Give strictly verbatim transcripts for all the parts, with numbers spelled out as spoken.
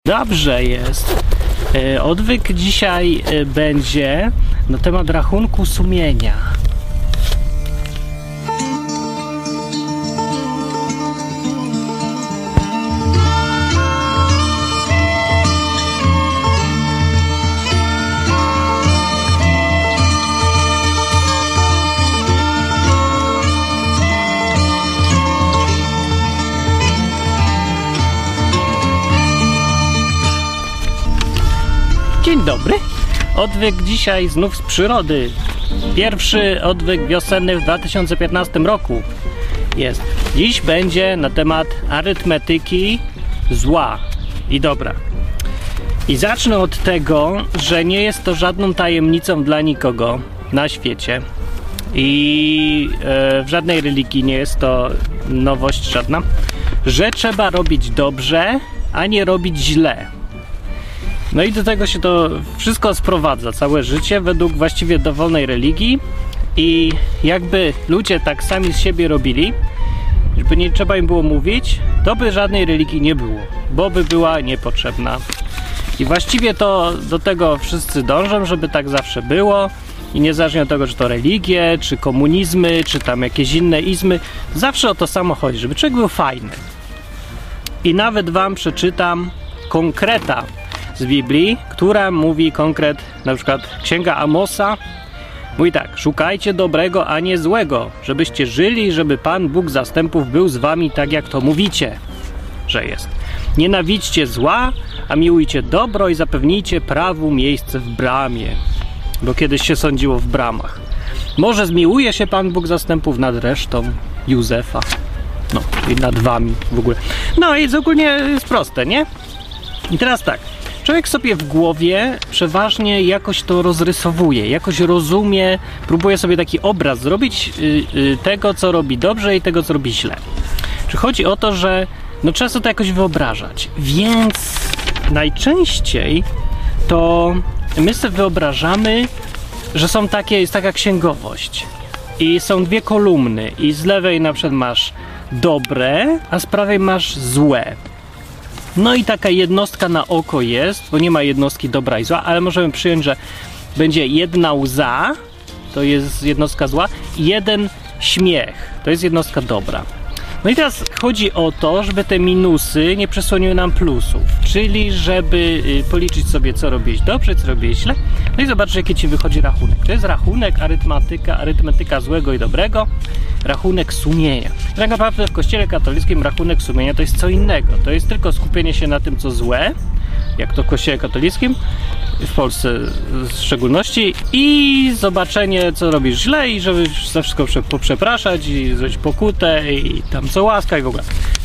Dobrze jest. Odwyk dzisiaj będzie na temat rachunku sumienia. Dzień dobry. Odwyk dzisiaj znów z przyrody. Pierwszy odwyk wiosenny w dwa tysiące piętnastym roku jest. Dziś będzie na temat arytmetyki zła i dobra. I zacznę od tego, że nie jest to żadną tajemnicą dla nikogo na świecie. I e, w żadnej religii nie jest to nowość żadna, że trzeba robić dobrze, a nie robić źle. No i do tego się to wszystko sprowadza, całe życie, według właściwie dowolnej religii. I jakby ludzie tak sami z siebie robili, żeby nie trzeba im było mówić, to by żadnej religii nie było, bo by była niepotrzebna. I właściwie to do tego wszyscy dążą, żeby tak zawsze było. I niezależnie od tego, czy to religie, czy komunizmy, czy tam jakieś inne izmy, zawsze o to samo chodzi, żeby człowiek był fajny. I nawet wam przeczytam konkreta z Biblii, która mówi konkret, na przykład Księga Amosa mówi tak: szukajcie dobrego, a nie złego, żebyście żyli, żeby Pan Bóg zastępów był z wami tak, jak to mówicie, że jest. Nienawidźcie zła, a miłujcie dobro i zapewnijcie prawu miejsce w bramie, bo kiedyś się sądziło w bramach. Może zmiłuje się Pan Bóg zastępów nad resztą Józefa, no i nad wami w ogóle. No i ogólnie jest proste, nie? I teraz tak. Człowiek sobie w głowie przeważnie jakoś to rozrysowuje, jakoś rozumie, próbuje sobie taki obraz zrobić yy, yy, tego, co robi dobrze i tego, co robi źle. Czy chodzi o to, że no trzeba sobie to jakoś wyobrażać, więc najczęściej to my sobie wyobrażamy, że są takie, jest taka księgowość i są dwie kolumny i z lewej na przykład masz dobre, a z prawej masz złe. No i taka jednostka na oko jest, bo nie ma jednostki dobra i zła, ale możemy przyjąć, że będzie jedna łza, to jest jednostka zła, i jeden śmiech, to jest jednostka dobra. No i teraz chodzi o to, żeby te minusy nie przesłoniły nam plusów, czyli żeby policzyć sobie, co robić dobrze, co robić źle, no i zobaczyć, jaki ci wychodzi rachunek. To jest rachunek, arytmetyka, arytmetyka złego i dobrego, rachunek sumienia. Tak naprawdę w Kościele katolickim rachunek sumienia to jest co innego. To jest tylko skupienie się na tym, co złe, jak to w Kościele katolickim, w Polsce w szczególności, i zobaczenie, co robisz źle, i żeby za wszystko poprzepraszać i zrobić pokutę i tam co łaska i w ogóle.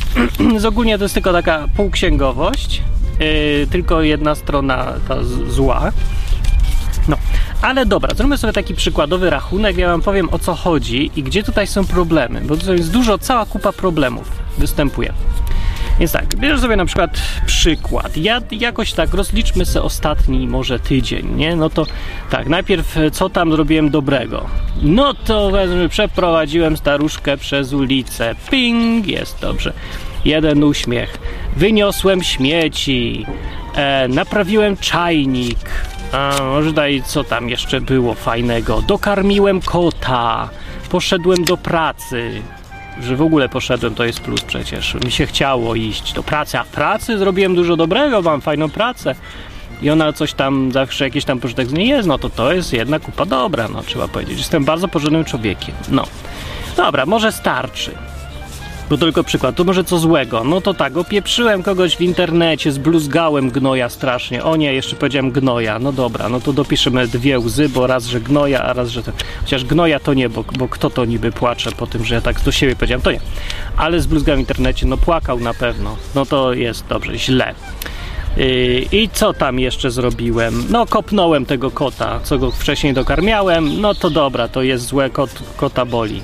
Z ogólnie to jest tylko taka półksięgowość, yy, tylko jedna strona ta zła. No, ale dobra, zrobimy sobie taki przykładowy rachunek, ja wam powiem, o co chodzi i gdzie tutaj są problemy, bo tutaj jest dużo, cała kupa problemów występuje. Więc tak, bierzesz sobie na przykład przykład. Ja jakoś tak rozliczmy sobie ostatni może tydzień, nie? No to tak, najpierw co tam zrobiłem dobrego? No to przeprowadziłem staruszkę przez ulicę. Ping, jest dobrze. Jeden uśmiech. Wyniosłem śmieci. E, naprawiłem czajnik. A może daj, co tam jeszcze było fajnego? Dokarmiłem kota. Poszedłem do pracy. Że w ogóle poszedłem, to jest plus przecież. Mi się chciało iść do pracy, a w pracy zrobiłem dużo dobrego, mam fajną pracę i ona coś tam, zawsze jakiś tam pożytek z niej jest, no to to jest jedna kupa dobra, no trzeba powiedzieć. Jestem bardzo porządnym człowiekiem. No. Dobra, może starczy. Bo tylko przykład, to może co złego. No to tak, opieprzyłem kogoś w internecie, zbluzgałem gnoja strasznie. O nie, jeszcze powiedziałem gnoja. No dobra, no to dopiszemy dwie łzy, bo raz, że gnoja, a raz, że to... Chociaż gnoja to nie, bo, bo kto to niby płacze po tym, że ja tak do siebie powiedziałem, to nie. Ale zbluzgałem w internecie, no płakał na pewno. No to jest dobrze, źle. Yy, I co tam jeszcze zrobiłem? No kopnąłem tego kota, co go wcześniej dokarmiałem. No to dobra, to jest złe, kot, kota boli.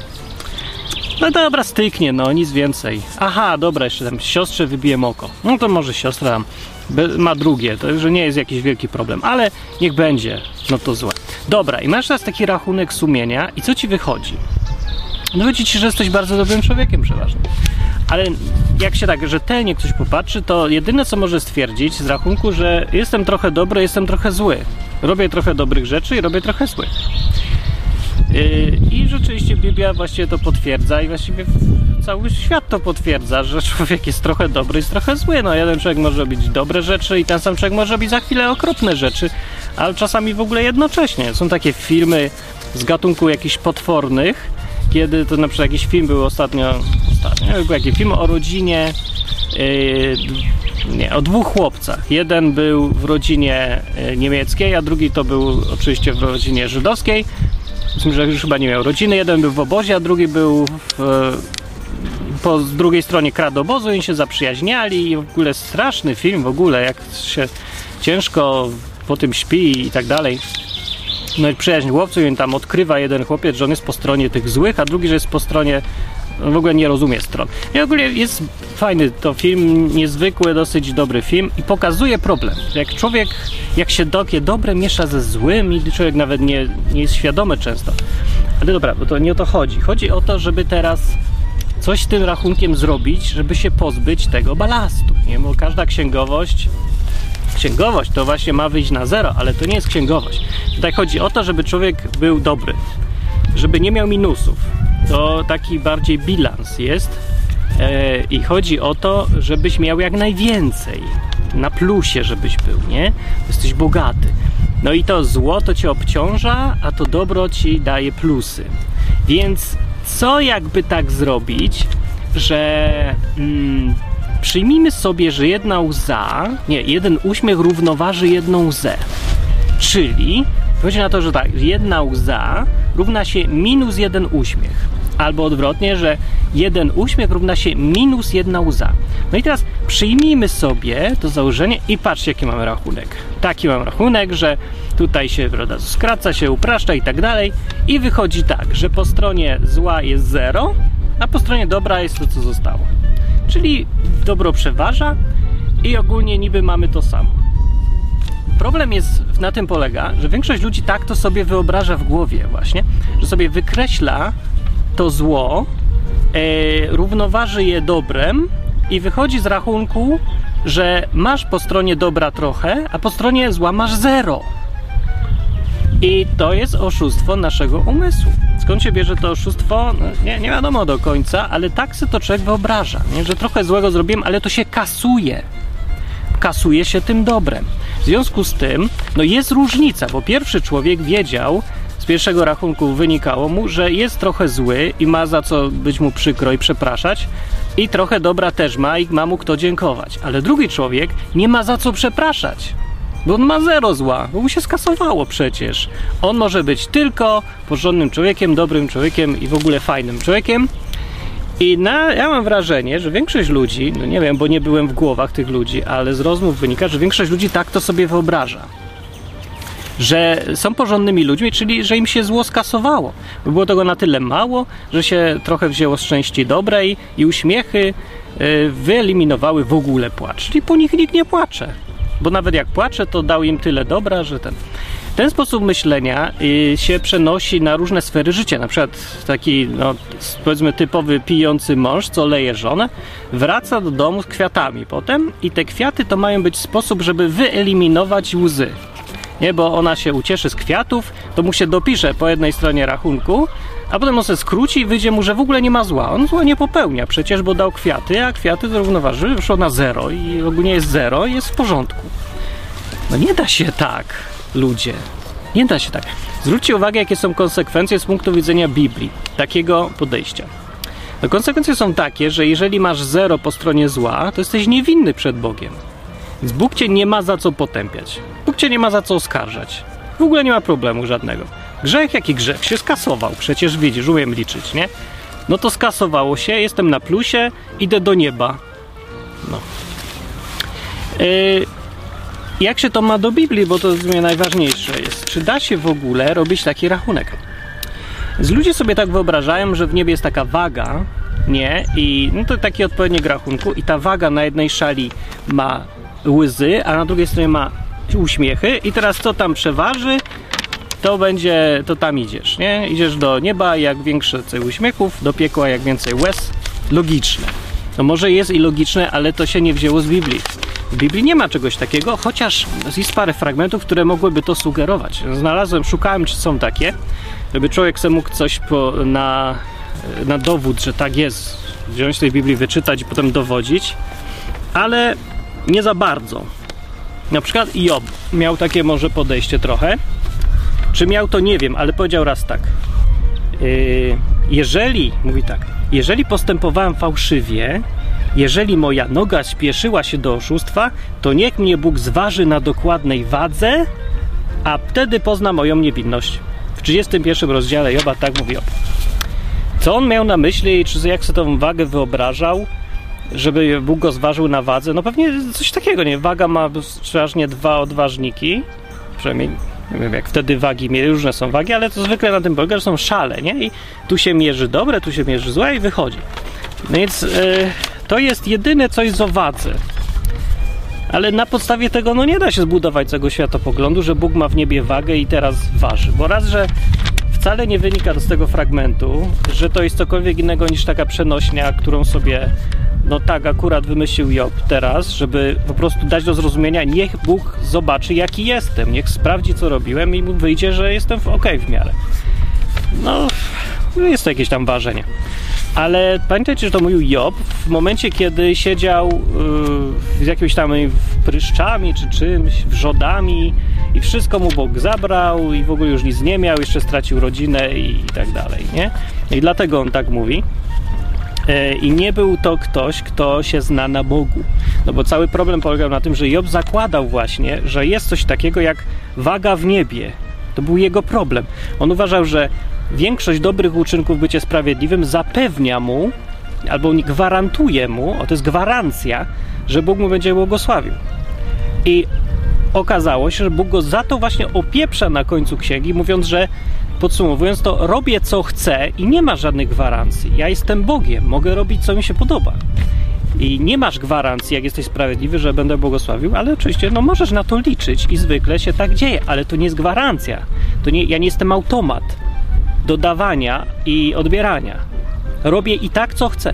No dobra, styknie, no nic więcej. Aha, dobra, jeszcze tam siostrze wybiłem oko. No to może siostra tam ma drugie, to że nie jest jakiś wielki problem, ale niech będzie, no to złe. Dobra, i masz teraz taki rachunek sumienia i co ci wychodzi? No wychodzi ci, że jesteś bardzo dobrym człowiekiem przeważnie. Ale jak się tak rzetelnie ktoś popatrzy, to jedyne co może stwierdzić z rachunku, że jestem trochę dobry, jestem trochę zły. Robię trochę dobrych rzeczy i robię trochę złych. I rzeczywiście Biblia właściwie to potwierdza i właściwie cały świat to potwierdza, że człowiek jest trochę dobry, jest trochę zły. No jeden człowiek może robić dobre rzeczy i ten sam człowiek może robić za chwilę okropne rzeczy, ale czasami w ogóle jednocześnie. Są takie filmy z gatunku jakichś potwornych, kiedy to na przykład jakiś film był ostatnio, ostatnio był jakiś film o rodzinie, yy, nie, o dwóch chłopcach. Jeden był w rodzinie niemieckiej, a drugi to był oczywiście w rodzinie żydowskiej. Myślę, że już chyba nie miał rodziny. Jeden był w obozie, a drugi był w, po drugiej stronie kradł obozu i się zaprzyjaźniali. I w ogóle straszny film w ogóle, jak się ciężko po tym śpi i tak dalej. No i przyjaźń chłopców i tam odkrywa jeden chłopiec, że on jest po stronie tych złych, a drugi, że jest po stronie, w ogóle nie rozumie stron. I w ogóle jest fajny to film, niezwykły, dosyć dobry film i pokazuje problem. Jak człowiek, jak się takie dobre miesza ze złym i człowiek nawet nie, nie jest świadomy często. Ale dobra, bo to nie o to chodzi. Chodzi o to, żeby teraz coś z tym rachunkiem zrobić, żeby się pozbyć tego balastu. Nie? Bo każda księgowość Księgowość to właśnie ma wyjść na zero, ale to nie jest księgowość. Tutaj chodzi o to, żeby człowiek był dobry, żeby nie miał minusów. To taki bardziej bilans jest e, i chodzi o to, żebyś miał jak najwięcej. Na plusie żebyś był, nie? Jesteś bogaty. No i to zło to cię obciąża, a to dobro ci daje plusy. Więc co jakby tak zrobić, że... Mm, przyjmijmy sobie, że jedna łza, nie, jeden uśmiech równoważy jedną łzę. Czyli chodzi na to, że tak, jedna łza równa się minus jeden uśmiech. Albo odwrotnie, że jeden uśmiech równa się minus jedna łza. No i teraz przyjmijmy sobie to założenie i patrzcie, jaki mamy rachunek. Taki mam rachunek, że tutaj się, prawda, skraca się, upraszcza i tak dalej. I wychodzi tak, że po stronie zła jest zero, a po stronie dobra jest to, co zostało. Czyli dobro przeważa i ogólnie niby mamy to samo. Problem jest na tym polega, że większość ludzi tak to sobie wyobraża w głowie właśnie, że sobie wykreśla to zło, e, równoważy je dobrem i wychodzi z rachunku, że masz po stronie dobra trochę, a po stronie zła masz zero. I to jest oszustwo naszego umysłu. Skąd się bierze to oszustwo? No, nie, nie wiadomo do końca, ale tak sobie to człowiek wyobraża, nie? Że trochę złego zrobiłem, ale to się kasuje. Kasuje się tym dobrem. W związku z tym, no jest różnica, bo pierwszy człowiek wiedział, z pierwszego rachunku wynikało mu, że jest trochę zły i ma za co być mu przykro i przepraszać i trochę dobra też ma i ma mu kto dziękować. Ale drugi człowiek nie ma za co przepraszać. Bo on ma zero zła, bo mu się skasowało przecież. On może być tylko porządnym człowiekiem, dobrym człowiekiem i w ogóle fajnym człowiekiem. I na, ja mam wrażenie, że większość ludzi, no nie wiem, bo nie byłem w głowach tych ludzi, ale z rozmów wynika, że większość ludzi tak to sobie wyobraża. Że są porządnymi ludźmi, czyli że im się zło skasowało. Bo było tego na tyle mało, że się trochę wzięło z części dobrej i uśmiechy yy, wyeliminowały w ogóle płacz. Czyli po nich nikt nie płacze. Bo nawet jak płacze, to dał im tyle dobra, że ten... Ten sposób myślenia y, się przenosi na różne sfery życia. Na przykład taki, no, powiedzmy, typowy pijący mąż, co leje żonę, wraca do domu z kwiatami potem i te kwiaty to mają być sposób, żeby wyeliminować łzy. Nie, bo ona się ucieszy z kwiatów, to mu się dopisze po jednej stronie rachunku, a potem on se skróci i wyjdzie mu, że w ogóle nie ma zła. On zła nie popełnia przecież, bo dał kwiaty, a kwiaty zrównoważyły, wyszło na zero i ogólnie jest zero i jest w porządku. No nie da się tak, ludzie. Nie da się tak. Zwróćcie uwagę, jakie są konsekwencje z punktu widzenia Biblii takiego podejścia. No, konsekwencje są takie, że jeżeli masz zero po stronie zła, to jesteś niewinny przed Bogiem. Więc Bóg cię nie ma za co potępiać. Bóg cię nie ma za co oskarżać. W ogóle nie ma problemu żadnego. Grzech jaki grzech? Się skasował. Przecież widzisz, umiem liczyć, nie? No to skasowało się, jestem na plusie, idę do nieba. No. Yy, jak się to ma do Biblii, bo to mnie najważniejsze jest. Czy da się w ogóle robić taki rachunek? Z ludzie sobie tak wyobrażają, że w niebie jest taka waga, nie? I no to taki odpowiednik rachunku i ta waga na jednej szali ma łzy, a na drugiej stronie ma uśmiechy i teraz co tam przeważy, to będzie, to tam idziesz, nie? Idziesz do nieba, jak większe uśmiechów, do piekła jak więcej łez. Logiczne. No może jest i logiczne, ale to się nie wzięło z Biblii. W Biblii nie ma czegoś takiego, chociaż jest parę fragmentów, które mogłyby to sugerować. Znalazłem, szukałem, czy są takie, żeby człowiek sobie mógł coś po, na, na dowód, że tak jest, wziąć tej Biblii, wyczytać i potem dowodzić, ale nie za bardzo. Na przykład Job miał takie może podejście trochę. Czy miał, to nie wiem, ale powiedział raz tak. Yy, jeżeli, mówi tak, jeżeli postępowałem fałszywie, jeżeli moja noga spieszyła się do oszustwa, to niech mnie Bóg zważy na dokładnej wadze, a wtedy pozna moją niewinność. W trzydziestym pierwszym rozdziale Joba tak mówi Job. Co on miał na myśli i czy jak sobie tą wagę wyobrażał, żeby Bóg go zważył na wadze? No pewnie coś takiego, nie? Waga ma przeważnie dwa odważniki, przynajmniej nie wiem, jak wtedy wagi mieli, różne są wagi, ale to zwykle na tym polega, że są szale, nie? I tu się mierzy dobre, tu się mierzy złe i wychodzi. No więc yy, to jest jedyne coś o wadze. Ale na podstawie tego no nie da się zbudować całego światopoglądu, że Bóg ma w niebie wagę i teraz waży. Bo raz, że wcale nie wynika z tego fragmentu, że to jest cokolwiek innego niż taka przenośnia, którą sobie no tak akurat wymyślił Job teraz, żeby po prostu dać do zrozumienia, niech Bóg zobaczy, jaki jestem, niech sprawdzi, co robiłem i mu wyjdzie, że jestem okej okay w miarę. No, jest to jakieś tam ważenie. Ale pamiętajcie, że to mówił Job w momencie, kiedy siedział yy, z jakimiś tam pryszczami czy czymś, wrzodami i wszystko mu Bóg zabrał i w ogóle już nic nie miał, jeszcze stracił rodzinę i, i tak dalej, nie? I dlatego on tak mówi. I nie był to ktoś, kto się zna na Bogu. No bo cały problem polegał na tym, że Job zakładał właśnie, że jest coś takiego jak waga w niebie. To był jego problem. On uważał, że większość dobrych uczynków bycie sprawiedliwym zapewnia mu, albo gwarantuje mu, o to jest gwarancja, że Bóg mu będzie błogosławił. I okazało się, że Bóg go za to właśnie opieprza na końcu księgi, mówiąc, że podsumowując to, robię co chcę i nie ma żadnych gwarancji. Ja jestem Bogiem, mogę robić co mi się podoba. I nie masz gwarancji, jak jesteś sprawiedliwy, że będę błogosławił, ale oczywiście no możesz na to liczyć i zwykle się tak dzieje, ale to nie jest gwarancja. To nie, ja nie jestem automat dodawania i odbierania. Robię i tak, co chcę.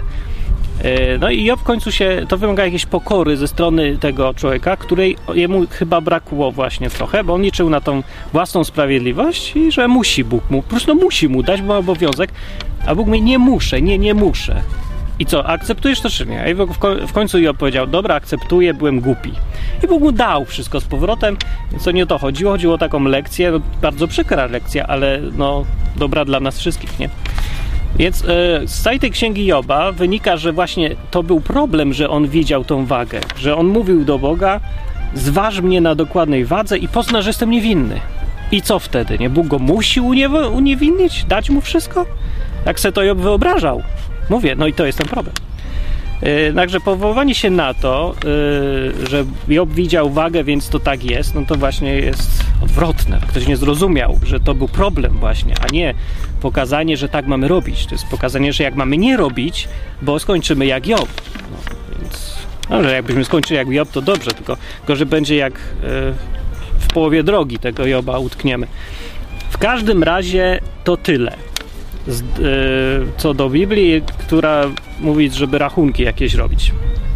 No i Job w końcu się, to wymaga jakiejś pokory ze strony tego człowieka, której jemu chyba brakło właśnie trochę, bo on liczył na tą własną sprawiedliwość i że musi Bóg mu, po prostu no musi mu dać, bo ma obowiązek, a Bóg mówi, nie muszę, nie, nie muszę. I co, akceptujesz to czy nie? I w końcu Job powiedział, dobra, akceptuję, byłem głupi. I Bóg mu dał wszystko z powrotem, więc to nie o to chodziło, chodziło o taką lekcję, no, bardzo przykra lekcja, ale no dobra dla nas wszystkich, nie? Więc yy, z całej tej księgi Joba wynika, że właśnie to był problem, że on widział tą wagę, że on mówił do Boga, zważ mnie na dokładnej wadze i pozna, że jestem niewinny. I co wtedy, nie? Bóg go musi uniew- uniewinnić? Dać mu wszystko? Tak se to Job wyobrażał. Mówię, no i to jest ten problem. Yy, także powoływanie się na to, yy, że Job widział wagę, więc to tak jest, no to właśnie jest odwrotne. Ktoś nie zrozumiał, że to był problem właśnie, a nie pokazanie, że tak mamy robić. To jest pokazanie, że jak mamy nie robić, bo skończymy jak Job. No, więc, no, że jakbyśmy skończyli jak Job, to dobrze, tylko, tylko że będzie jak yy, w połowie drogi tego Joba utkniemy. W każdym razie to tyle. Z, yy, co do Biblii, która mówi, żeby rachunki jakieś robić.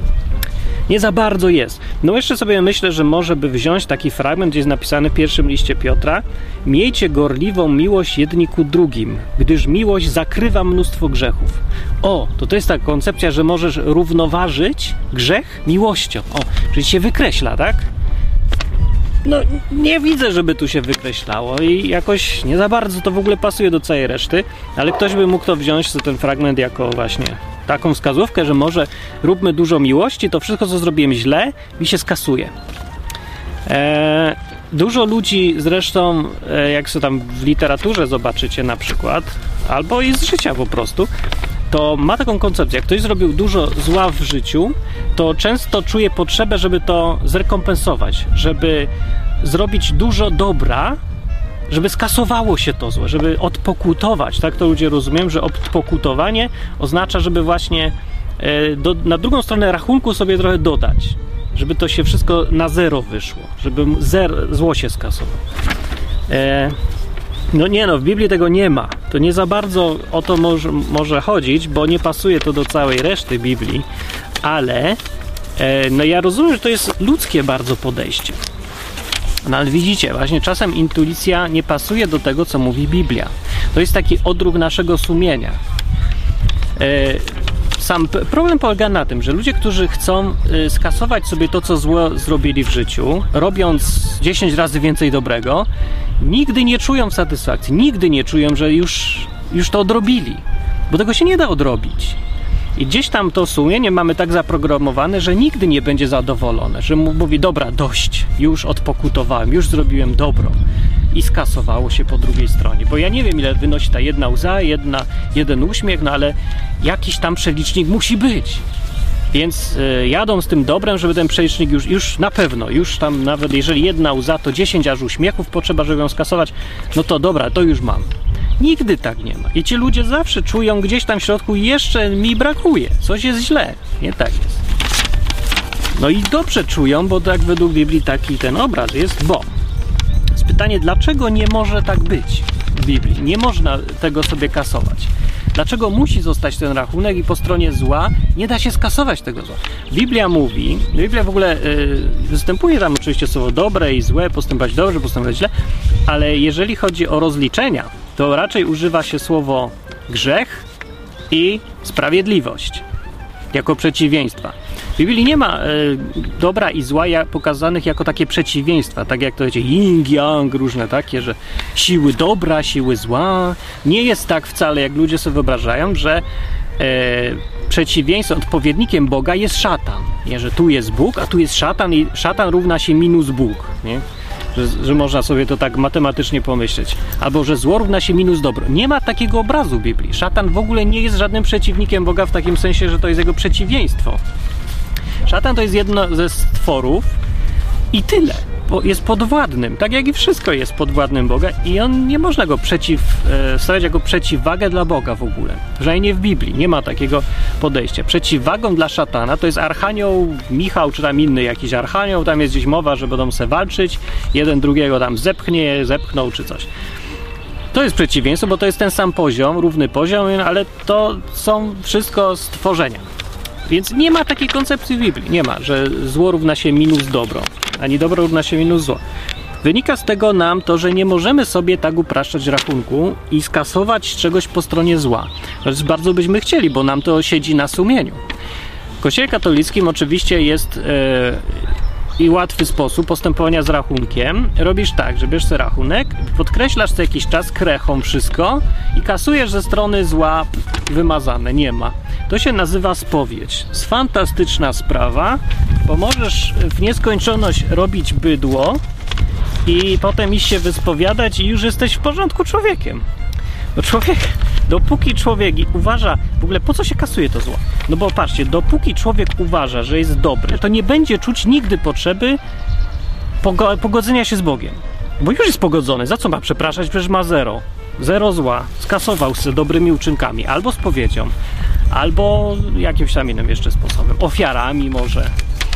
Nie za bardzo jest. No jeszcze sobie myślę, że może by wziąć taki fragment, gdzie jest napisany w pierwszym liście Piotra: miejcie gorliwą miłość jedni ku drugim, gdyż miłość zakrywa mnóstwo grzechów. O, to to jest ta koncepcja, że możesz równoważyć grzech miłością. O, czyli się wykreśla, tak? No, nie widzę, żeby tu się wykreślało i jakoś nie za bardzo to w ogóle pasuje do całej reszty, ale ktoś by mógł to wziąć, ten fragment, jako właśnie taką wskazówkę, że może róbmy dużo miłości, to wszystko, co zrobiłem źle, mi się skasuje. Eee, dużo ludzi zresztą, e, jak sobie tam w literaturze zobaczycie na przykład, albo i z życia po prostu, to ma taką koncepcję, jak ktoś zrobił dużo zła w życiu, to często czuje potrzebę, żeby to zrekompensować, żeby zrobić dużo dobra, żeby skasowało się to złe, żeby odpokutować, tak to ludzie rozumieją, że odpokutowanie oznacza, żeby właśnie e, do, na drugą stronę rachunku sobie trochę dodać, żeby to się wszystko na zero wyszło, żeby zer, zło się skasowało. E, No nie no, w Biblii tego nie ma. To nie za bardzo o to może, może chodzić, bo nie pasuje to do całej reszty Biblii, ale e, no ja rozumiem, że to jest ludzkie bardzo podejście. No ale widzicie, właśnie czasem intuicja nie pasuje do tego, co mówi Biblia. To jest taki odruch naszego sumienia. E, sam problem polega na tym, że ludzie, którzy chcą e, skasować sobie to, co złe zrobili w życiu, robiąc dziesięć razy więcej dobrego, nigdy nie czują satysfakcji, nigdy nie czują, że już, już to odrobili, bo tego się nie da odrobić. I gdzieś tam to sumienie mamy tak zaprogramowane, że nigdy nie będzie zadowolone, że mówi, dobra, dość, już odpokutowałem, już zrobiłem dobro i skasowało się po drugiej stronie, bo ja nie wiem, ile wynosi ta jedna łza, jedna, jeden uśmiech, no ale jakiś tam przelicznik musi być. Więc y, jadą z tym dobrem, żeby ten przelicznik już, już na pewno, już tam nawet jeżeli jedna łza, to dziesięć aż uśmiechów potrzeba, żeby ją skasować, no to dobra, to już mam. Nigdy tak nie ma. I ci ludzie zawsze czują gdzieś tam w środku, jeszcze mi brakuje, coś jest źle. Nie tak jest. No i dobrze czują, bo tak według Biblii taki ten obraz jest, bo jest pytanie, dlaczego nie może tak być w Biblii? Nie można tego sobie kasować. Dlaczego musi zostać ten rachunek i po stronie zła nie da się skasować tego zła? Biblia mówi, Biblia w ogóle yy, występuje tam oczywiście słowo dobre i złe, postępować dobrze, postępować źle, ale jeżeli chodzi o rozliczenia, to raczej używa się słowo grzech i sprawiedliwość jako przeciwieństwa. W Biblii nie ma y, dobra i zła ja, pokazanych jako takie przeciwieństwa, tak jak to wiecie, yin, yang, różne takie, że siły dobra, siły zła. Nie jest tak wcale, jak ludzie sobie wyobrażają, że y, przeciwieństwem, odpowiednikiem Boga jest szatan. Nie, że tu jest Bóg, a tu jest szatan i szatan równa się minus Bóg. Nie? Że, że można sobie to tak matematycznie pomyśleć. Albo, że zło równa się minus dobro. Nie ma takiego obrazu w Biblii. Szatan w ogóle nie jest żadnym przeciwnikiem Boga w takim sensie, że to jest jego przeciwieństwo. Szatan to jest jedno ze stworów i tyle. Bo jest podwładnym, tak jak i wszystko jest podwładnym Boga i on nie można go przeciw, e, stawiać jako przeciwwagę dla Boga w ogóle. Przynajmniej nie w Biblii, nie ma takiego podejścia. Przeciwwagą dla szatana to jest archanioł Michał, czy tam inny jakiś archanioł, tam jest gdzieś mowa, że będą se walczyć, jeden drugiego tam zepchnie, zepchnął czy coś. To jest przeciwieństwo, bo to jest ten sam poziom, równy poziom, ale to są wszystko stworzenia. Więc nie ma takiej koncepcji w Biblii. Nie ma, że zło równa się minus dobro, ani dobro równa się minus zło. Wynika z tego nam to, że nie możemy sobie tak upraszczać rachunku i skasować czegoś po stronie zła. Zresztą bardzo byśmy chcieli, bo nam to siedzi na sumieniu. W Kościele katolickim oczywiście jest yy, i łatwy sposób postępowania z rachunkiem. Robisz tak, że bierzesz sobie rachunek, podkreślasz co jakiś czas krechą wszystko i kasujesz ze strony zła wymazane. Nie ma. To się nazywa spowiedź. Jest fantastyczna sprawa, bo możesz w nieskończoność robić bydło i potem iść się wyspowiadać i już jesteś w porządku człowiekiem. Bo człowiek, dopóki człowiek uważa, w ogóle po co się kasuje to zło? No bo patrzcie, dopóki człowiek uważa, że jest dobry, to nie będzie czuć nigdy potrzeby pogo- pogodzenia się z Bogiem. Bo już jest pogodzony. Za co ma przepraszać? Przecież ma zero. Zero zła. Skasował się dobrymi uczynkami. Albo spowiedzią, albo jakimś tam innym jeszcze sposobem. Ofiarami może.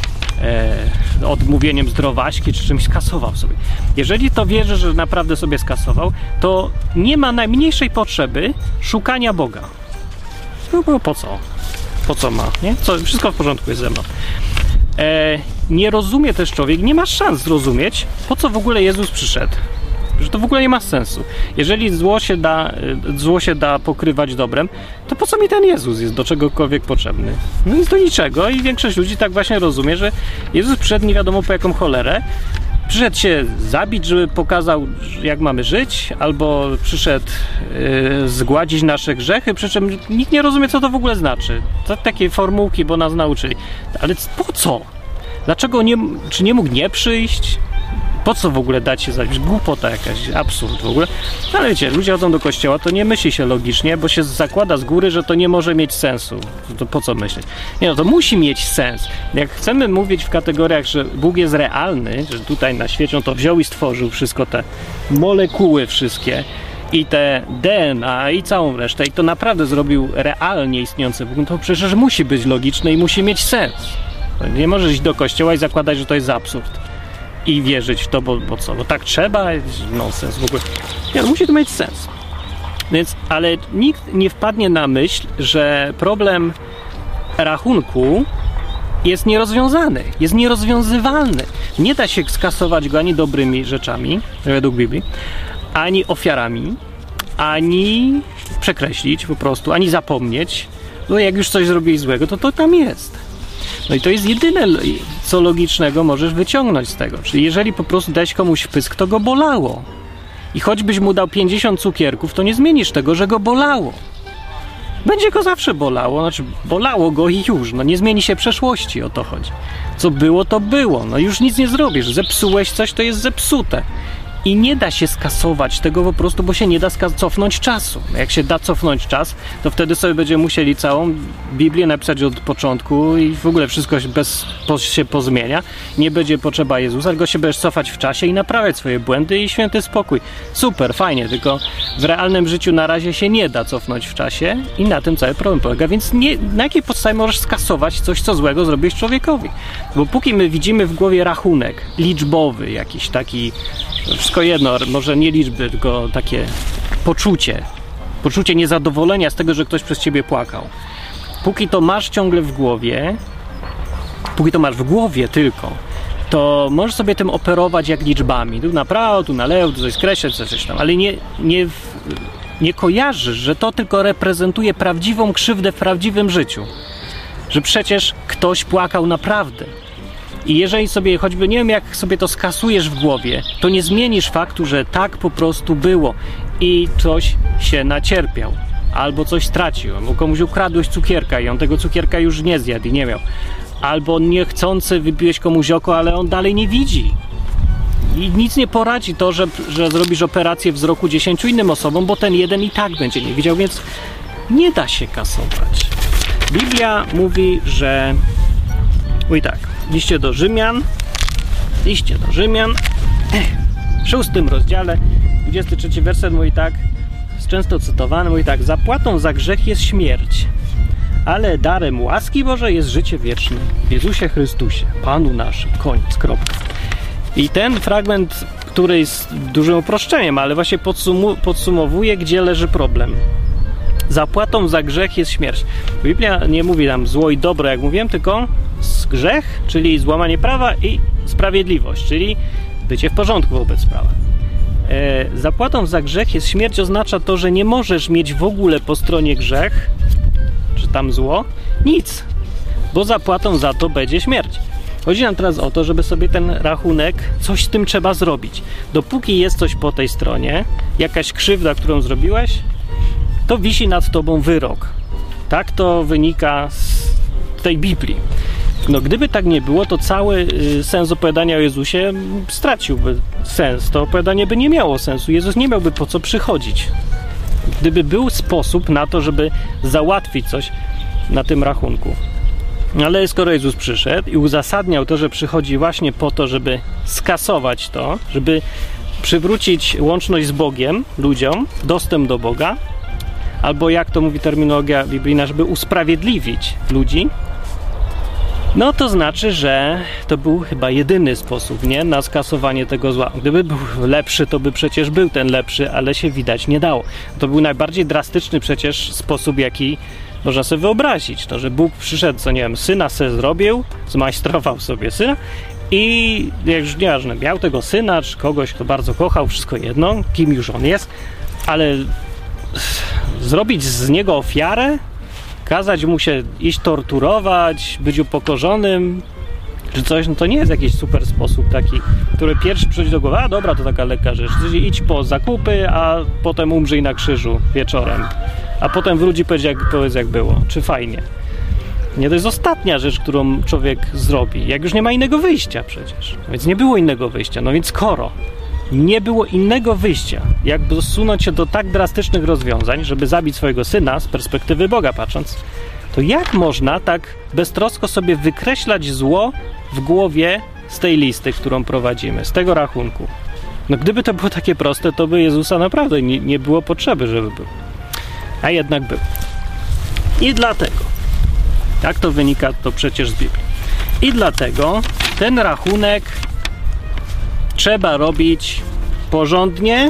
E, odmówieniem zdrowaśki czy czymś skasował sobie. Jeżeli to wierzy, że naprawdę sobie skasował, to nie ma najmniejszej potrzeby szukania Boga. No bo po co? Po co ma? Nie? Co, wszystko w porządku jest ze mną. E, nie rozumie też człowiek, nie ma szans zrozumieć, po co w ogóle Jezus przyszedł. Że to w ogóle nie ma sensu. Jeżeli zło się da, zło się da pokrywać dobrem, to po co mi ten Jezus jest do czegokolwiek potrzebny? No jest do niczego i większość ludzi tak właśnie rozumie, że Jezus przyszedł nie wiadomo po jaką cholerę, przyszedł się zabić, żeby pokazał, jak mamy żyć, albo przyszedł yy, zgładzić nasze grzechy, przy czym nikt nie rozumie, co to w ogóle znaczy. To takie formułki, bo nas nauczyli. Ale po co? Dlaczego nie, czy nie mógł nie przyjść? Po co w ogóle dać się zabić? Głupota jakaś, absurd w ogóle. No ale wiecie, ludzie chodzą do kościoła, to nie myśli się logicznie, bo się zakłada z góry, że to nie może mieć sensu. To po co myśleć? Nie no, to musi mieć sens. Jak chcemy mówić w kategoriach, że Bóg jest realny, że tutaj na świecie on to wziął i stworzył wszystko te molekuły wszystkie i te D N A i całą resztę i to naprawdę zrobił realnie istniejący Bóg, to przecież musi być logiczne i musi mieć sens. Nie możesz iść do kościoła i zakładać, że to jest absurd. i wierzyć w to, bo, bo co, bo tak trzeba, nonsens w ogóle. Nie, no musi to mieć sens. Więc, ale nikt nie wpadnie na myśl, że problem rachunku jest nierozwiązany, jest nierozwiązywalny. Nie da się skasować go ani dobrymi rzeczami, według Biblii, ani ofiarami, ani przekreślić po prostu, ani zapomnieć. No jak już coś zrobiłeś złego, to to tam jest. No i to jest jedyne, co logicznego możesz wyciągnąć z tego. Czyli jeżeli po prostu dałeś komuś wpysk, to go bolało. I choćbyś mu dał pięćdziesiąt cukierków, to nie zmienisz tego, że go bolało. Będzie go zawsze bolało, znaczy bolało go i już, no nie zmieni się przeszłości, o to chodzi. Co było, to było, no już nic nie zrobisz, zepsułeś coś, to jest zepsute. I nie da się skasować tego po prostu, bo się nie da cofnąć czasu. Jak się da cofnąć czas, to wtedy sobie będziemy musieli całą Biblię napisać od początku i w ogóle wszystko się, bez, po, się pozmienia. Nie będzie potrzeba Jezusa, tylko się będziesz cofać w czasie i naprawiać swoje błędy i święty spokój. Super, fajnie, tylko w realnym życiu na razie się nie da cofnąć w czasie i na tym cały problem polega. Więc nie, na jakiej podstawie możesz skasować coś, co złego zrobiłeś człowiekowi? Bo póki my widzimy w głowie rachunek liczbowy, jakiś taki, wszystko jedno, może nie liczby, tylko takie poczucie, poczucie niezadowolenia z tego, że ktoś przez ciebie płakał. Póki to masz ciągle w głowie, póki to masz w głowie tylko, to możesz sobie tym operować jak liczbami. Tu na prawo, tu na lewo, tu coś skreślać, coś tam, ale nie, nie, nie kojarzysz, że to tylko reprezentuje prawdziwą krzywdę w prawdziwym życiu. Że przecież ktoś płakał naprawdę. I jeżeli sobie, choćby nie wiem jak sobie to skasujesz w głowie, to nie zmienisz faktu, że tak po prostu było i ktoś się nacierpiał, albo coś stracił, albo komuś ukradłeś cukierka i on tego cukierka już nie zjadł i nie miał, albo niechcący wybiłeś komuś oko, ale on dalej nie widzi. I nic nie poradzi to, że, że zrobisz operację wzroku dziesięciu innym osobom, bo ten jeden i tak będzie nie widział, więc nie da się kasować. Biblia mówi, że... Mówi tak, liście do Rzymian, liście do Rzymian, w szóstym rozdziale, dwudziesty trzeci werset mówi tak, jest często cytowany, mówi tak, zapłatą za grzech jest śmierć, ale darem łaski Bożej jest życie wieczne w Jezusie Chrystusie, Panu naszym, koniec, kropka. I ten fragment, który jest dużym uproszczeniem, ale właśnie podsumu- podsumowuje, gdzie leży problem. Zapłatą za grzech jest śmierć. Biblia nie mówi nam zło i dobro, jak mówiłem, tylko grzech, czyli złamanie prawa, i sprawiedliwość, czyli bycie w porządku wobec prawa. E, zapłatą za grzech jest śmierć, oznacza to, że nie możesz mieć w ogóle po stronie grzech, czy tam zło, nic, bo zapłatą za to będzie śmierć. Chodzi nam teraz o to, żeby sobie ten rachunek, coś z tym trzeba zrobić. Dopóki jest coś po tej stronie, jakaś krzywda, którą zrobiłeś, to wisi nad tobą wyrok. Tak to wynika z tej Biblii. No gdyby tak nie było, to cały sens opowiadania o Jezusie straciłby sens. To opowiadanie by nie miało sensu. Jezus nie miałby po co przychodzić. Gdyby był sposób na to, żeby załatwić coś na tym rachunku. Ale skoro Jezus przyszedł i uzasadniał to, że przychodzi właśnie po to, żeby skasować to, żeby przywrócić łączność z Bogiem, ludziom, dostęp do Boga, albo jak to mówi terminologia biblijna, żeby usprawiedliwić ludzi, no to znaczy, że to był chyba jedyny sposób, nie? Na skasowanie tego zła. Gdyby był lepszy, to by przecież był ten lepszy, ale się widać nie dało. To był najbardziej drastyczny przecież sposób, jaki można sobie wyobrazić. To, że Bóg przyszedł, co nie wiem, syna se zrobił, zmajstrował sobie syna i jak już nieważne, miał tego syna, czy kogoś, kto bardzo kochał, wszystko jedno, kim już on jest, ale zrobić z niego ofiarę, kazać mu się iść torturować, być upokorzonym, czy coś, no to nie jest jakiś super sposób taki, który pierwszy przychodzi do głowy, a dobra, to taka lekka rzecz, idź po zakupy, a potem umrzyj na krzyżu wieczorem, a potem wróci i powiedz jak, powiedz jak było, czy fajnie. Nie, to jest ostatnia rzecz, którą człowiek zrobi, jak już nie ma innego wyjścia przecież, więc nie było innego wyjścia, no więc skoro nie było innego wyjścia, jak dosunąć się do tak drastycznych rozwiązań, żeby zabić swojego syna, z perspektywy Boga patrząc, to jak można tak beztrosko sobie wykreślać zło w głowie z tej listy, którą prowadzimy, z tego rachunku? No gdyby to było takie proste, to by Jezusa naprawdę nie, nie było potrzeby, żeby był. A jednak był. I dlatego, tak to wynika to przecież z Biblii, i dlatego ten rachunek trzeba robić porządnie,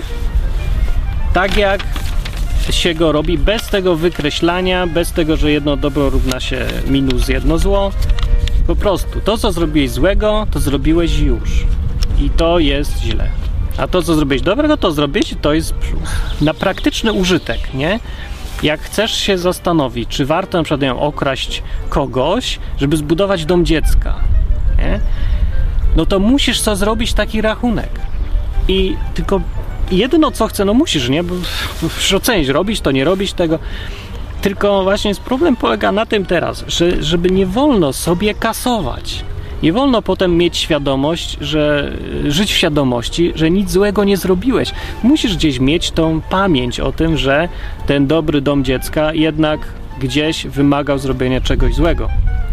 tak jak się go robi, bez tego wykreślania, bez tego, że jedno dobro równa się minus jedno zło. Po prostu to, co zrobiłeś złego, to zrobiłeś już. I to jest źle. A to, co zrobiłeś dobrego, to zrobić, to jest na praktyczny użytek, nie? Jak chcesz się zastanowić, czy warto na przykład ją okraść kogoś, żeby zbudować dom dziecka, nie? No to musisz co zrobić taki rachunek. I tylko jedyno co chcę, no musisz, nie? Bo musisz ocenić, robić to, nie robić tego. Tylko właśnie jest problem polega na tym teraz, że żeby nie wolno sobie kasować. Nie wolno potem mieć świadomość, że żyć w świadomości, że nic złego nie zrobiłeś. Musisz gdzieś mieć tą pamięć o tym, że ten dobry dom dziecka jednak gdzieś wymagał zrobienia czegoś złego.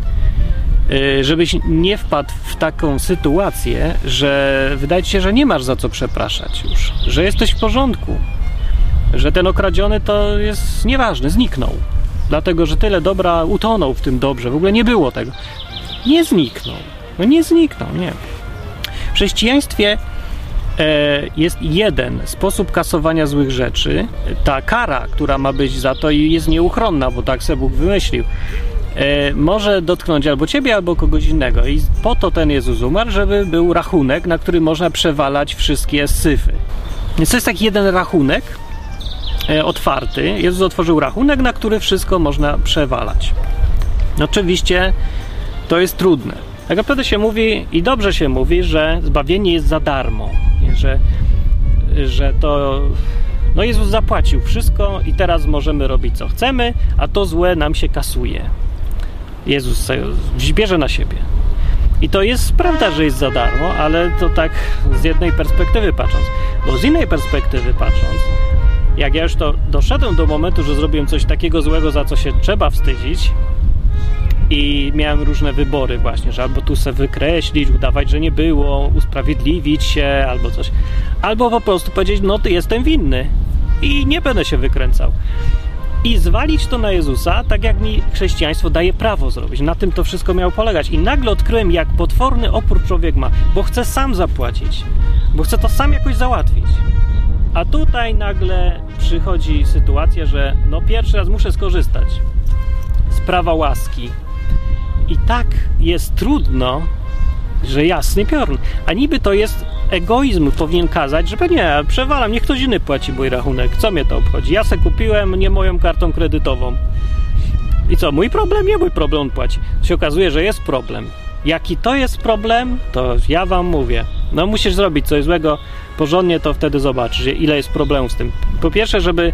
Yy, żebyś nie wpadł w taką sytuację, że wydaje ci się, że nie masz za co przepraszać już, że jesteś w porządku, że ten okradziony to jest nieważny, zniknął, dlatego że tyle dobra utonął w tym dobrze, w ogóle nie było tego. Nie zniknął. No nie zniknął, nie. W chrześcijaństwie e, jest jeden sposób kasowania złych rzeczy. Ta kara, która ma być za to, jest nieuchronna, bo tak sobie Bóg wymyślił. E, może dotknąć albo ciebie, albo kogoś innego. I po to ten Jezus umarł, żeby był rachunek, na który można przewalać wszystkie syfy. Więc to jest taki jeden rachunek e, otwarty. Jezus otworzył rachunek, na który wszystko można przewalać. Oczywiście to jest trudne. Tak naprawdę się mówi, i dobrze się mówi, że zbawienie jest za darmo. Nie? Że, że to... No Jezus zapłacił wszystko i teraz możemy robić co chcemy, a to złe nam się kasuje. Jezus bierze na siebie. I to jest prawda, że jest za darmo, ale to tak z jednej perspektywy patrząc. Bo z innej perspektywy patrząc, jak ja już to doszedłem do momentu, że zrobiłem coś takiego złego, za co się trzeba wstydzić, i miałem różne wybory właśnie, że albo tu se wykreślić, udawać, że nie było, usprawiedliwić się, albo coś. Albo po prostu powiedzieć, no ty jestem winny i nie będę się wykręcał. I zwalić to na Jezusa, tak jak mi chrześcijaństwo daje prawo zrobić. Na tym to wszystko miało polegać. I nagle odkryłem, jak potworny opór człowiek ma, bo chce sam zapłacić, bo chce to sam jakoś załatwić. A tutaj nagle przychodzi sytuacja, że no pierwszy raz muszę skorzystać z prawa łaski. I tak jest trudno, że jasny piorun. A niby to jest egoizm, powinien kazać, że nie, przewalam, niech ktoś inny płaci mój rachunek. Co mnie to obchodzi? Ja se kupiłem nie moją kartą kredytową. I co, mój problem? Nie mój problem, on płaci. To się okazuje, że jest problem. Jaki to jest problem, to ja wam mówię. No musisz zrobić coś złego porządnie, to wtedy zobaczysz, ile jest problemów z tym. Po pierwsze, żeby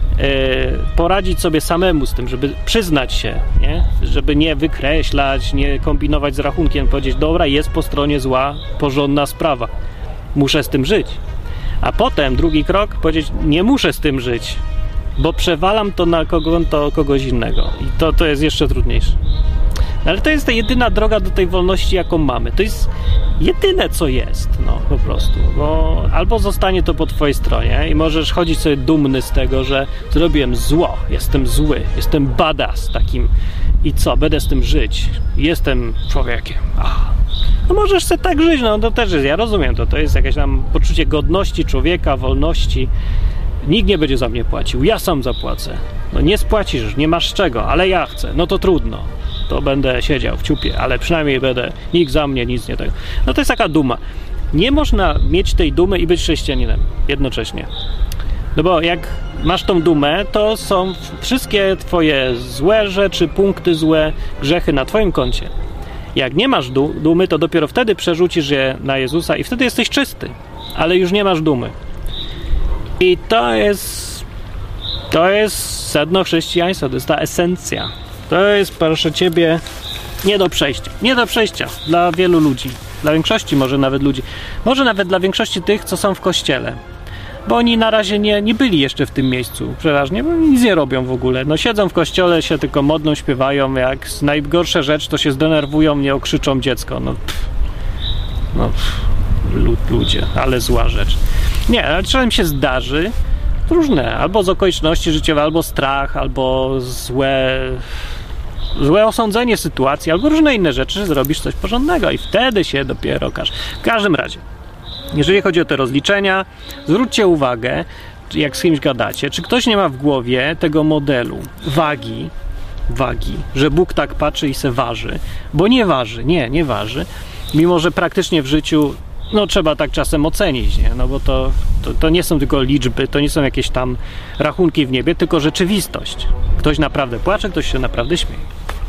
poradzić sobie samemu z tym, żeby przyznać się, nie? Żeby nie wykreślać, nie kombinować z rachunkiem, powiedzieć, dobra, jest po stronie zła, porządna sprawa, muszę z tym żyć. A potem drugi krok, powiedzieć, nie muszę z tym żyć, bo przewalam to na kogo, to kogoś innego. I to, to jest jeszcze trudniejsze. Ale to jest ta jedyna droga do tej wolności, jaką mamy. To jest jedyne, co jest, no po prostu. Bo albo zostanie to po twojej stronie i możesz chodzić sobie dumny z tego, że zrobiłem zło, jestem zły, jestem badass takim i co, będę z tym żyć, jestem człowiekiem. Ach. No możesz sobie tak żyć, no to też jest, ja rozumiem to, to jest jakieś tam poczucie godności człowieka, wolności. Nikt nie będzie za mnie płacił, ja sam zapłacę. No nie spłacisz, nie masz z czego, ale ja chcę, no to trudno. To będę siedział w ciupie, ale przynajmniej będę, nikt za mnie, nic nie tego. No to jest taka duma. Nie można mieć tej dumy i być chrześcijaninem jednocześnie. No bo jak masz tą dumę, to są wszystkie twoje złe rzeczy, punkty złe, grzechy na twoim koncie. Jak nie masz du- dumy, to dopiero wtedy przerzucisz je na Jezusa i wtedy jesteś czysty, ale już nie masz dumy. I to jest to jest sedno chrześcijaństwa, to jest ta esencja. To jest, proszę ciebie, nie do przejścia. Nie do przejścia dla wielu ludzi. Dla większości może nawet ludzi. Może nawet dla większości tych, co są w kościele. Bo oni na razie nie, nie byli jeszcze w tym miejscu przeważnie, bo nic nie robią w ogóle. No siedzą w kościele, się tylko modlą, śpiewają. Jak najgorsza rzecz, to się zdenerwują, nie okrzyczą dziecko. No, pff, no pff, ludzie, ale zła rzecz. Nie, ale czasem się zdarzy różne, albo z okoliczności życiowe, albo strach, albo złe... złe osądzenie sytuacji, albo różne inne rzeczy, że zrobisz coś porządnego i wtedy się dopiero okaże. W każdym razie, Jeżeli chodzi o te rozliczenia, zwróćcie uwagę, jak z kimś gadacie, czy ktoś nie ma w głowie tego modelu wagi, wagi, że Bóg tak patrzy i se waży, bo nie waży, nie, nie waży, mimo że praktycznie w życiu no trzeba tak czasem ocenić, nie? No bo to, to, to nie są tylko liczby, to nie są jakieś tam rachunki w niebie, tylko rzeczywistość. Ktoś naprawdę płacze, ktoś się naprawdę śmieje.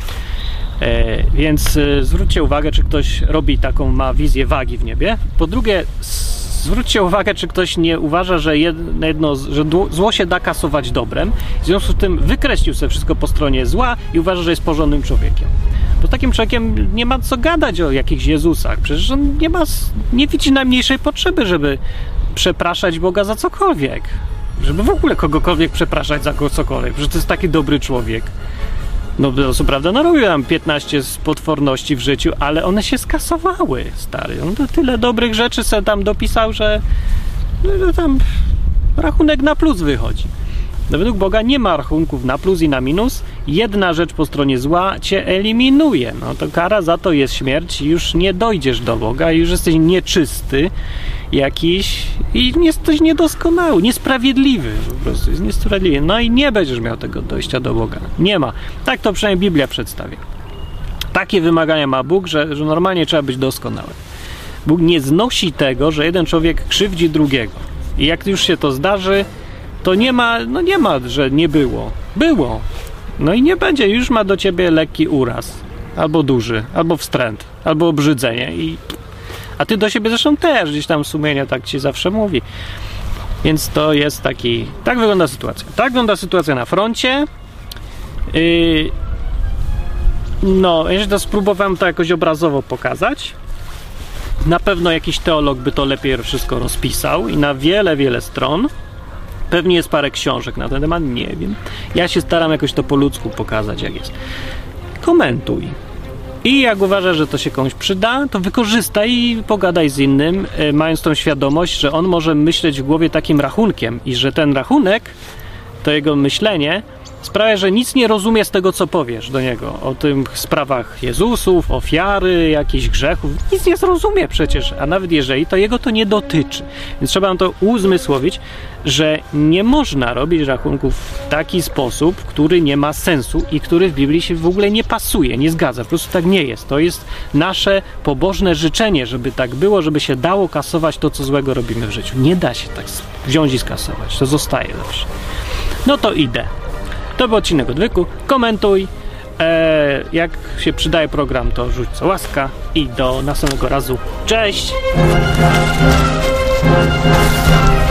E, więc e, zwróćcie uwagę, czy ktoś robi taką, ma wizję wagi w niebie. Po drugie, zwróćcie uwagę, czy ktoś nie uważa, że jedno, że zło się da kasować dobrem. W związku z tym wykreślił sobie wszystko po stronie zła i uważa, że jest porządnym człowiekiem. Bo takim człowiekiem nie ma co gadać o jakichś Jezusach. Przecież on nie ma, nie widzi najmniejszej potrzeby, żeby przepraszać Boga za cokolwiek. Żeby w ogóle kogokolwiek przepraszać za cokolwiek. Przecież to jest taki dobry człowiek. No co prawda narobił tam piętnaście z potworności w życiu, ale one się skasowały, stary. On to tyle dobrych rzeczy sobie tam dopisał, że, że tam rachunek na plus wychodzi. No według Boga nie ma rachunków na plus i na minus. Jedna rzecz po stronie zła cię eliminuje. No to kara za to jest śmierć. Już nie dojdziesz do Boga, już jesteś nieczysty jakiś i jesteś niedoskonały, niesprawiedliwy po prostu, jest niesprawiedliwy. No i nie będziesz miał tego dojścia do Boga. Nie ma. Tak to przynajmniej Biblia przedstawia. Takie wymagania ma Bóg, że, że normalnie trzeba być doskonały. Bóg nie znosi tego, że jeden człowiek krzywdzi drugiego. I jak już się to zdarzy, to nie ma, no nie ma, że nie było. Było. No i nie będzie. Już ma do ciebie lekki uraz. Albo duży, albo wstręt, albo obrzydzenie. I... A ty do siebie zresztą też, gdzieś tam sumienie tak ci zawsze mówi. Więc to jest taki... Tak wygląda sytuacja. Tak wygląda sytuacja na froncie. Yy... No, jeśli to spróbowałem to jakoś obrazowo pokazać, na pewno jakiś teolog by to lepiej wszystko rozpisał i na wiele, wiele stron. Pewnie jest parę książek na ten temat, nie wiem. Ja się staram jakoś to po ludzku pokazać, jak jest. Komentuj. I jak uważasz, że to się komuś przyda, to wykorzystaj i pogadaj z innym, yy, mając tą świadomość, że on może myśleć w głowie takim rachunkiem i że ten rachunek, to jego myślenie sprawia, że nic nie rozumie z tego, co powiesz do niego. O tych sprawach Jezusów, ofiary, jakichś grzechów. Nic nie zrozumie przecież, a nawet jeżeli, to jego to nie dotyczy. Więc trzeba nam to uzmysłowić, że nie można robić rachunków w taki sposób, który nie ma sensu i który w Biblii się w ogóle nie pasuje, nie zgadza. Po prostu tak nie jest. To jest nasze pobożne życzenie, żeby tak było, żeby się dało kasować to, co złego robimy w życiu. Nie da się tak wziąć i skasować. To zostaje zawsze. No to idę. To był odcinek Odwyku. Komentuj. Eee, jak się przydaje program, to rzuć co łaska. I do następnego razu. Cześć!